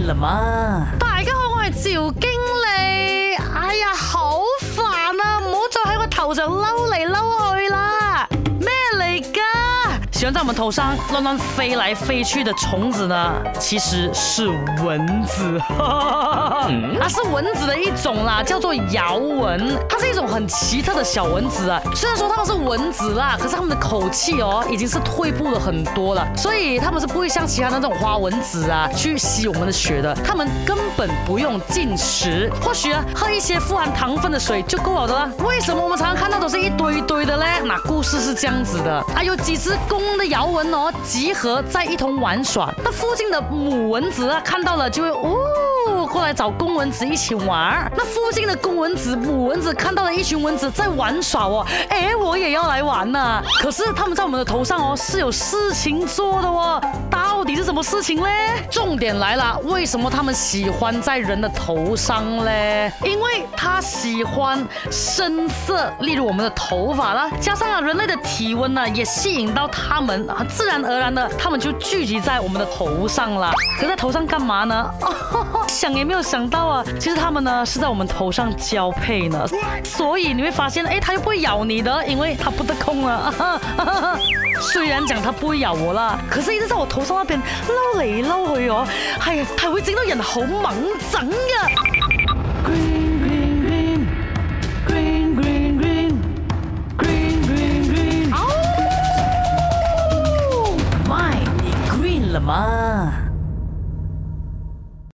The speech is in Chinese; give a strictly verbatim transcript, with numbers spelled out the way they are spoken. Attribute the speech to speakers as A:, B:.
A: 了吗？
B: 大家好，我係趙經理。哎呀，好煩啊！唔好再喺我頭上嬲嚟嬲去啦。咩嚟㗎？喜歡在我們頭上亂亂飛來飛去的蟲子呢，其實是蚊子，啊，是蚊子的一種啦，叫做搖蚊，它是一種很奇特的小蚊子啊。雖然說它們是蚊子啦，可是它們的口氣哦，已經是退步了很多了，所以它們是不會像其他那種花蚊子啊，去吸我們的血的，它們根本不用進食，或許啊，喝一些富含糖分的水就夠了的啦。為什麼我們常常看到都是一堆堆的呢？那故事是這樣子的，啊，有幾隻公的搖蚊哦，集合在一同玩耍。那附近的母蚊子啊，看到了就會哦過來找公蚊子一起玩。那附近的公蚊子、母蚊子看到了一群蚊子在玩耍哦，哎，我也要來玩呐。可是他們在我們的頭上哦是有事情做的哦，到底是什麼事情呢？重點來了，為什麼他們喜歡在人的頭上呢？因為他喜歡深色，例如我們的頭髮啦，加上啊人類的體溫呢，也吸引到他們，自然而然的，他們就聚集在我們的頭上了。可是在頭上幹嘛呢？哦，想也沒有想到啊，其實他們呢是在我們頭上交配呢。所以你會發現，哎，它又不會咬你的，因為它不得空了。雖然講它不會咬我啦，可是一直在我頭上那邊撈嚟撈去哦，係係會整到人好猛整噶。Green green green green green green green green green。
A: My，你 green 了嗎？